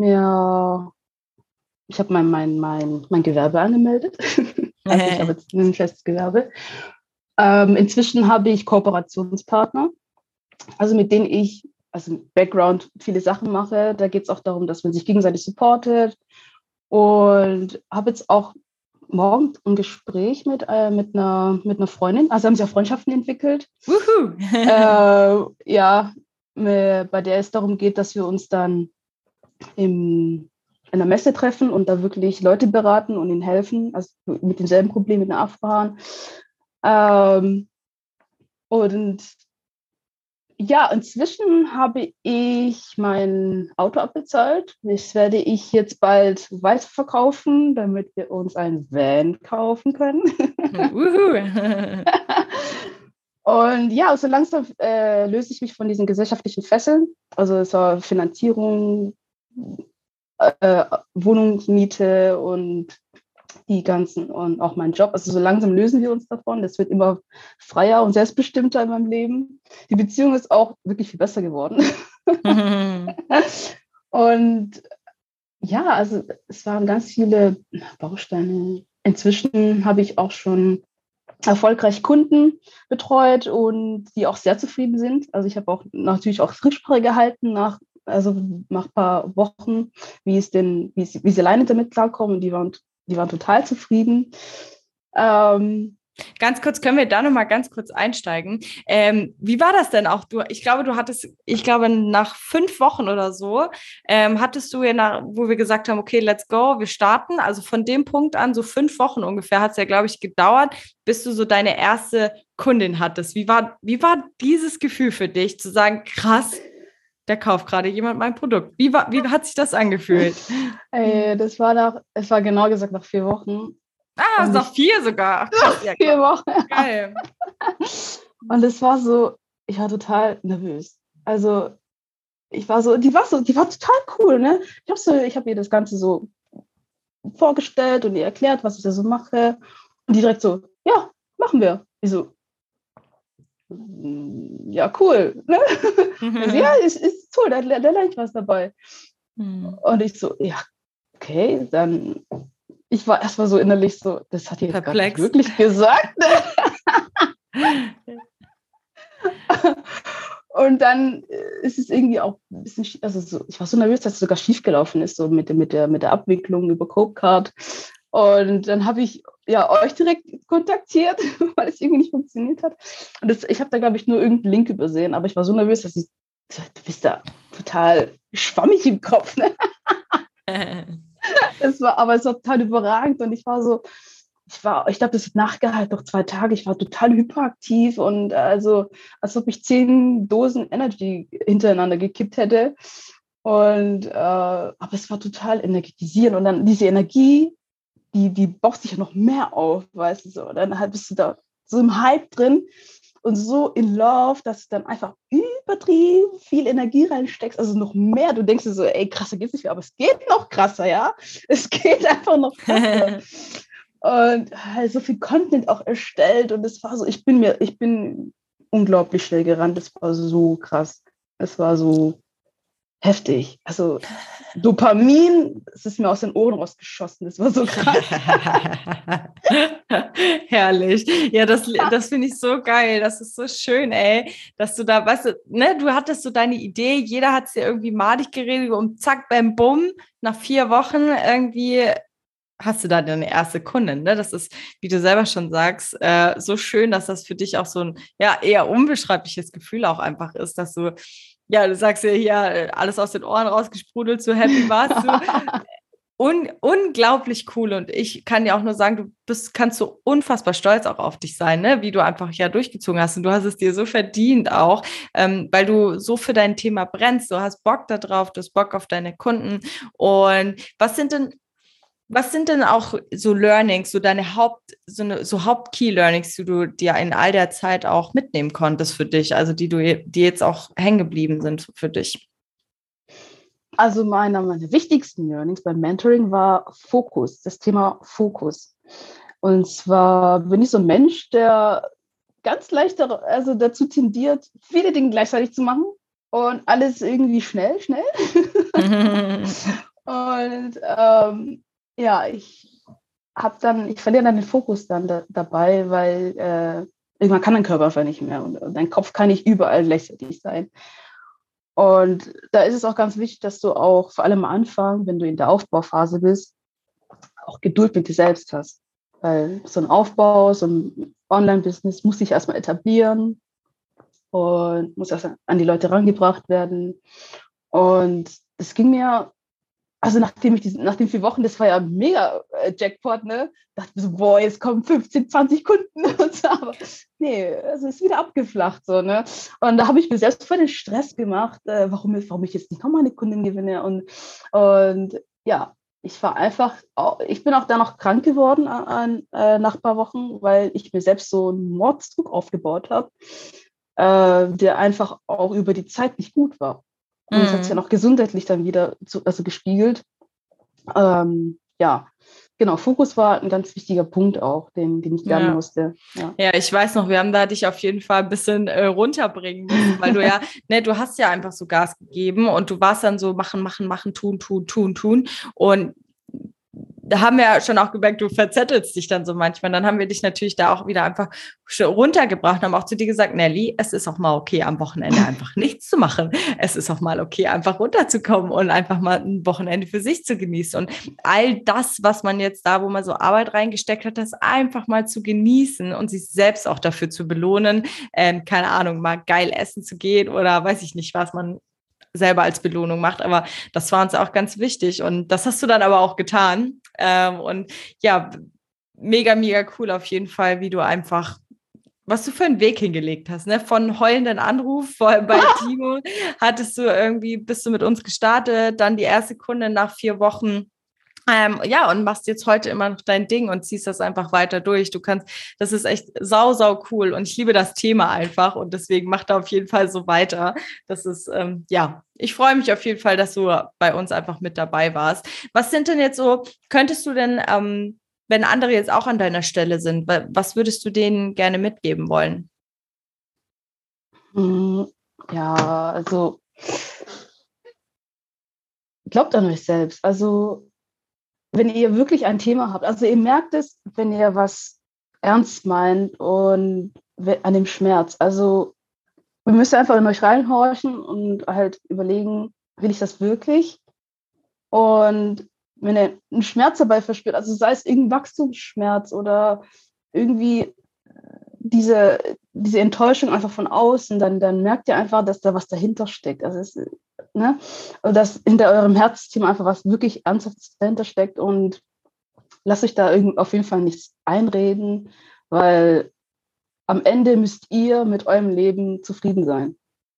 mein Gewerbe angemeldet. Also ich habe jetzt ein festes Gewerbe. Inzwischen habe ich Kooperationspartner, also mit denen ich, also im Background, viele Sachen mache. Da geht es auch darum, dass man sich gegenseitig supportet, und habe jetzt auch morgen ein Gespräch mit einer Freundin. Also haben sich auch Freundschaften entwickelt. Wuhu! Ja, bei der es darum geht, dass wir uns dann in einer Messe treffen und da wirklich Leute beraten und ihnen helfen, also mit demselben Problem mit einer Afrohan. Und ja, inzwischen habe ich mein Auto abbezahlt. Das werde ich jetzt bald weiterverkaufen, damit wir uns ein Van kaufen können. Wuhu! Und ja, so langsam löse ich mich von diesen gesellschaftlichen Fesseln. Also es war Finanzierung, Wohnungsmiete und die ganzen und auch mein Job. Also so langsam lösen wir uns davon. Das wird immer freier und selbstbestimmter in meinem Leben. Die Beziehung ist auch wirklich viel besser geworden. Und ja, also es waren ganz viele Bausteine. Inzwischen habe ich auch schon erfolgreich Kunden betreut und die auch sehr zufrieden sind. Also ich habe auch natürlich auch Rücksprache gehalten nach ein paar Wochen, wie sie alleine damit klarkommen. Und die waren total zufrieden. Ganz kurz, können wir da nochmal ganz kurz einsteigen? Wie war das denn auch? Ich glaube, nach 5 Wochen oder so, hattest du ja, wo wir gesagt haben, okay, let's go, wir starten. Also von dem Punkt an, so 5 Wochen ungefähr, hat es ja, glaube ich, gedauert, bis du so deine erste Kundin hattest. Wie war dieses Gefühl für dich, zu sagen, krass, da kauft gerade jemand mein Produkt? Wie hat sich das angefühlt? Es war genau gesagt nach 4 Wochen. Ah, ist noch 4 sogar. Ach, krass, ja, 4 Wochen. Geil. Und es war so, ich war total nervös. Also die war total cool, ne? Ich habe ihr das Ganze so vorgestellt und ihr erklärt, was ich da so mache. Und die direkt so, ja, machen wir. Ich so, ja, cool, ne? Also, ja, ist toll, da lerne ich was dabei. Und ich so, ja, okay, dann... Ich war erstmal so innerlich so, das hat die jetzt gar nicht wirklich gesagt. Und dann ist es irgendwie auch ein bisschen, ich war so nervös, dass es sogar schief gelaufen ist, so mit der Abwicklung über Copecard. Und dann habe ich ja euch direkt kontaktiert, weil es irgendwie nicht funktioniert hat. Und ich habe da, glaube ich, nur irgendeinen Link übersehen, aber ich war so nervös, du bist da total schwammig im Kopf, ne? Es war total überragend und ich glaube, das hat nachgehalten, noch 2 Tage. Ich war total hyperaktiv und also, als ob ich 10 Dosen Energy hintereinander gekippt hätte. Aber es war total energetisierend und dann diese Energie, die baut sich ja noch mehr auf, weißt du so. Dann bist du da so im Hype drin und so in Love, dass du dann einfach übertrieben viel Energie reinsteckst, also noch mehr. Du denkst dir so, ey, krasser geht's nicht mehr, aber es geht noch krasser, ja? Es geht einfach noch krasser. Und halt so viel Content auch erstellt und es war so, ich bin unglaublich schnell gerannt, es war so krass. Es war so heftig. Also Dopamin, es ist mir aus den Ohren rausgeschossen. Das war so krass. Herrlich. Ja, das finde ich so geil. Das ist so schön, ey, dass du da, weißt du, ne, du hattest so deine Idee, jeder hat es dir irgendwie madig geredet und zack, bam, bumm, nach 4 Wochen irgendwie hast du da deine erste Kundin, ne? Das ist, wie du selber schon sagst, so schön, dass das für dich auch so ein, ja, eher unbeschreibliches Gefühl auch einfach ist, dass du, ja, du sagst ja hier, alles aus den Ohren rausgesprudelt, so happy warst du. Unglaublich cool und ich kann dir auch nur sagen, kannst so unfassbar stolz auch auf dich sein, ne? Wie du einfach ja durchgezogen hast und du hast es dir so verdient auch, weil du so für dein Thema brennst, du hast Bock da drauf, du hast Bock auf deine Kunden und was sind denn auch so Learnings, so deine Haupt-Key-Learnings, die du dir in all der Zeit auch mitnehmen konntest für dich, also die jetzt auch hängen geblieben sind für dich? Also meiner wichtigsten Learnings beim Mentoring war Fokus, das Thema Fokus. Und zwar bin ich so ein Mensch, der ganz leicht dazu tendiert, viele Dinge gleichzeitig zu machen und alles irgendwie schnell. Und ja, ich verliere dann den Fokus dann dabei, weil man kann deinen Körper einfach nicht mehr und dein Kopf kann nicht überall gleichzeitig sein. Und da ist es auch ganz wichtig, dass du auch vor allem am Anfang, wenn du in der Aufbauphase bist, auch Geduld mit dir selbst hast. Weil so ein Aufbau, so ein Online-Business muss sich erstmal etablieren und muss erst an die Leute rangebracht werden. Und es ging mir, also nach den 4 Wochen, das war ja mega Jackpot, ne? Dachte ich so, boah, jetzt kommen 15, 20 Kunden und so, aber nee, also es ist wieder abgeflacht, so, ne? Und da habe ich mir selbst voll den Stress gemacht, warum ich jetzt nicht nochmal eine Kundin gewinne und ja, ich bin auch dann noch krank geworden nach ein paar Wochen, weil ich mir selbst so einen Mordsdruck aufgebaut habe, der einfach auch über die Zeit nicht gut war. Und das hat sich ja noch gesundheitlich dann wieder gespiegelt. Ja, genau, Fokus war ein ganz wichtiger Punkt auch, den ich lernen musste. Ja, ich weiß noch, wir haben da dich auf jeden Fall ein bisschen runterbringen müssen, weil du ja, ne, du hast ja einfach so Gas gegeben und du warst dann so machen, tun. Und da haben wir ja schon auch gemerkt, du verzettelst dich dann so manchmal. Dann haben wir dich natürlich da auch wieder einfach runtergebracht und haben auch zu dir gesagt, Nelly, es ist auch mal okay, am Wochenende einfach nichts zu machen. Es ist auch mal okay, einfach runterzukommen und einfach mal ein Wochenende für sich zu genießen. Und all das, was man jetzt da, wo man so Arbeit reingesteckt hat, das einfach mal zu genießen und sich selbst auch dafür zu belohnen, keine Ahnung, mal geil essen zu gehen oder weiß ich nicht, was man selber als Belohnung macht, aber das war uns auch ganz wichtig und das hast du dann aber auch getan und ja, mega, mega cool auf jeden Fall, wie du einfach, was du für einen Weg hingelegt hast, ne? Von heulenden Anruf bei Timo bist du mit uns gestartet, dann die erste Kundin nach 4 Wochen. Ja, und machst jetzt heute immer noch dein Ding und ziehst das einfach weiter durch. Das ist echt sau cool und ich liebe das Thema einfach und deswegen mach da auf jeden Fall so weiter. Das ist, ja, ich freue mich auf jeden Fall, dass du bei uns einfach mit dabei warst. Was sind denn jetzt so, könntest du denn, wenn andere jetzt auch an deiner Stelle sind, was würdest du denen gerne mitgeben wollen? Ja, also glaubt an euch selbst. Also wenn ihr wirklich ein Thema habt, also ihr merkt es, wenn ihr was ernst meint und an dem Schmerz. Also ihr müsst einfach in euch reinhorchen und halt überlegen, will ich das wirklich? Und wenn ihr einen Schmerz dabei verspürt, also sei es irgendein Wachstumsschmerz oder irgendwie diese Enttäuschung einfach von außen, dann merkt ihr einfach, dass da was dahinter steckt. Also ne? Also dass hinter eurem Herzthema einfach was wirklich Ernsthaftes dahinter steckt und lasst euch da auf jeden Fall nichts einreden, weil am Ende müsst ihr mit eurem Leben zufrieden sein.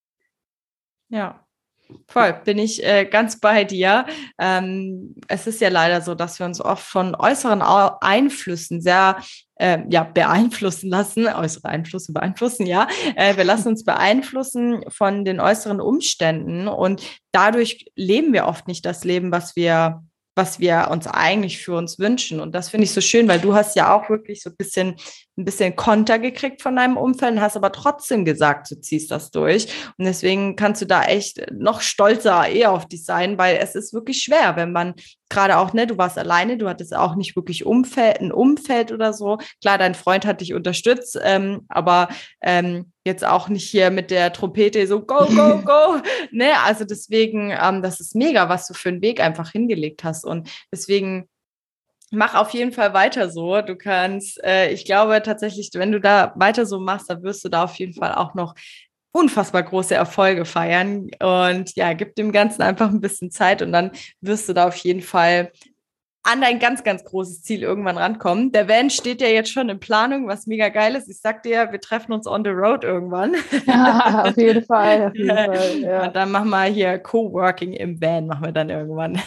Ja. Voll, bin ich ganz bei dir. Es ist ja leider so, dass wir uns oft von äußeren Einflüssen sehr beeinflussen lassen, äußere Einflüsse beeinflussen, ja. Wir lassen uns beeinflussen von den äußeren Umständen und dadurch leben wir oft nicht das Leben, was wir uns eigentlich für uns wünschen. Und das finde ich so schön, weil du hast ja auch wirklich so ein bisschen Konter gekriegt von deinem Umfeld, hast aber trotzdem gesagt, du ziehst das durch. Und deswegen kannst du da echt noch stolzer eher auf dich sein, weil es ist wirklich schwer, wenn man gerade auch, ne, du warst alleine, du hattest auch nicht wirklich ein Umfeld oder so. Klar, dein Freund hat dich unterstützt, aber jetzt auch nicht hier mit der Trompete so go, go, go. Ne? Also deswegen, das ist mega, was du für einen Weg einfach hingelegt hast. Und deswegen mach auf jeden Fall weiter so. Du kannst, ich glaube tatsächlich, wenn du da weiter so machst, dann wirst du da auf jeden Fall auch noch unfassbar große Erfolge feiern und ja, gib dem Ganzen einfach ein bisschen Zeit und dann wirst du da auf jeden Fall an dein ganz, ganz großes Ziel irgendwann rankommen. Der Van steht ja jetzt schon in Planung, was mega geil ist. Ich sag dir, wir treffen uns on the road irgendwann. Ja, auf jeden Fall. Auf jeden Fall ja. Und dann machen wir hier Coworking im Van, machen wir dann irgendwann.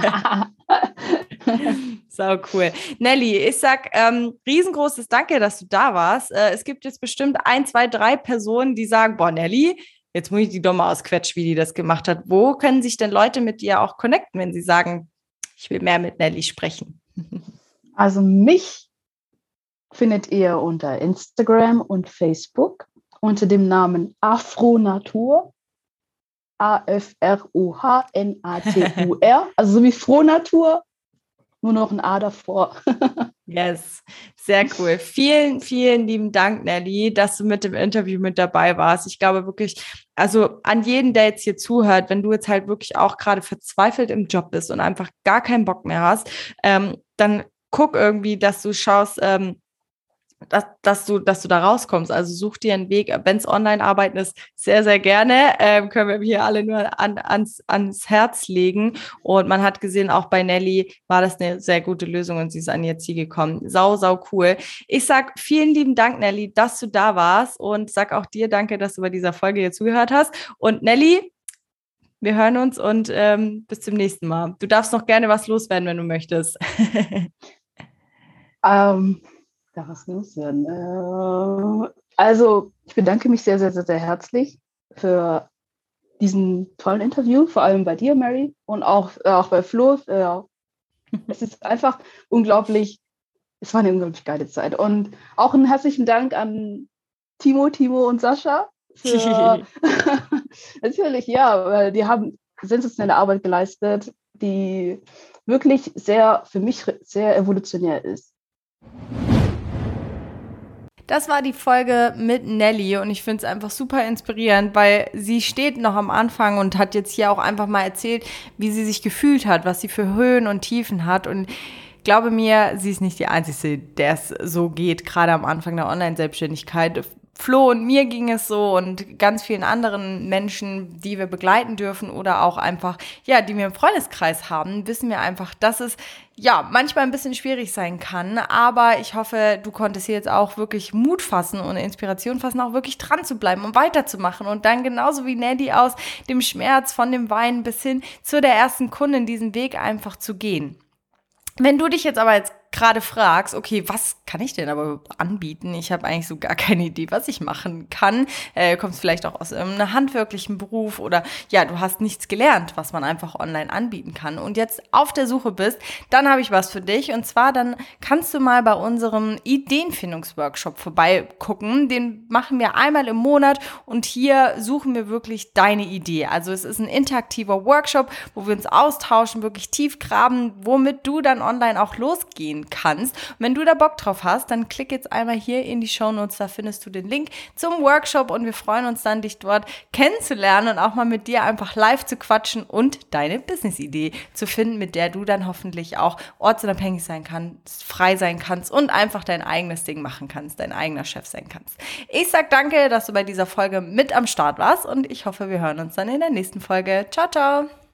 Sau cool. Nelly, ich sag riesengroßes Danke, dass du da warst. Es gibt jetzt bestimmt 1, 2, 3 Personen, die sagen, boah, Nelly, jetzt muss ich die doch mal ausquetschen, wie die das gemacht hat. Wo können sich denn Leute mit dir auch connecten, wenn sie sagen, ich will mehr mit Nelly sprechen? Also mich findet ihr unter Instagram und Facebook unter dem Namen Afronatur. AFROHNATUR. Also so wie Frohnatur, nur noch ein A davor. Yes, sehr cool. Vielen, vielen lieben Dank, Nelly, dass du mit dem Interview mit dabei warst. Ich glaube wirklich, also an jeden, der jetzt hier zuhört, wenn du jetzt halt wirklich auch gerade verzweifelt im Job bist und einfach gar keinen Bock mehr hast, dann guck irgendwie, dass du schaust, dass du da rauskommst. Also such dir einen Weg, wenn es Online-Arbeiten ist, sehr, sehr gerne. Können wir hier alle nur ans Herz legen. Und man hat gesehen, auch bei Nelly war das eine sehr gute Lösung und sie ist an ihr Ziel gekommen. Sau, sau cool. Ich sag vielen lieben Dank, Nelly, dass du da warst und sag auch dir danke, dass du bei dieser Folge hier zugehört hast. Und Nelly, wir hören uns und bis zum nächsten Mal. Du darfst noch gerne was loswerden, wenn du möchtest. Da was loswerden. Also, ich bedanke mich sehr, sehr, sehr, sehr herzlich für diesen tollen Interview, vor allem bei dir, Mary, und auch bei Flo. Es ist einfach unglaublich, es war eine unglaublich geile Zeit. Und auch einen herzlichen Dank an Timo und Sascha. Natürlich, ja, weil die haben sensationelle Arbeit geleistet. Die wirklich für mich sehr evolutionär ist. Das war die Folge mit Nelly und ich finde es einfach super inspirierend, weil sie steht noch am Anfang und hat jetzt hier auch einfach mal erzählt, wie sie sich gefühlt hat, was sie für Höhen und Tiefen hat, und glaube mir, sie ist nicht die Einzige, der es so geht, gerade am Anfang der Online-Selbstständigkeit. Flo und mir ging es so und ganz vielen anderen Menschen, die wir begleiten dürfen oder auch einfach, ja, die wir im Freundeskreis haben, wissen wir einfach, dass es ja manchmal ein bisschen schwierig sein kann. Aber ich hoffe, du konntest hier jetzt auch wirklich Mut fassen und Inspiration fassen, auch wirklich dran zu bleiben und weiterzumachen und dann genauso wie Nelly aus dem Schmerz von dem Weinen bis hin zu der ersten Kundin diesen Weg einfach zu gehen. Wenn du dich jetzt aber gerade fragst, okay, was kann ich denn aber anbieten? Ich habe eigentlich so gar keine Idee, was ich machen kann. Kommst vielleicht auch aus einem handwerklichen Beruf oder ja, du hast nichts gelernt, was man einfach online anbieten kann und jetzt auf der Suche bist, dann habe ich was für dich, und zwar dann kannst du mal bei unserem Ideenfindungsworkshop vorbeigucken. Den machen wir einmal im Monat und hier suchen wir wirklich deine Idee. Also es ist ein interaktiver Workshop, wo wir uns austauschen, wirklich tief graben, womit du dann online auch losgehen kannst. Und wenn du da Bock drauf hast, dann klick jetzt einmal hier in die Shownotes, da findest du den Link zum Workshop und wir freuen uns dann, dich dort kennenzulernen und auch mal mit dir einfach live zu quatschen und deine Business-Idee zu finden, mit der du dann hoffentlich auch ortsunabhängig sein kannst, frei sein kannst und einfach dein eigenes Ding machen kannst, dein eigener Chef sein kannst. Ich sag danke, dass du bei dieser Folge mit am Start warst und ich hoffe, wir hören uns dann in der nächsten Folge. Ciao, ciao!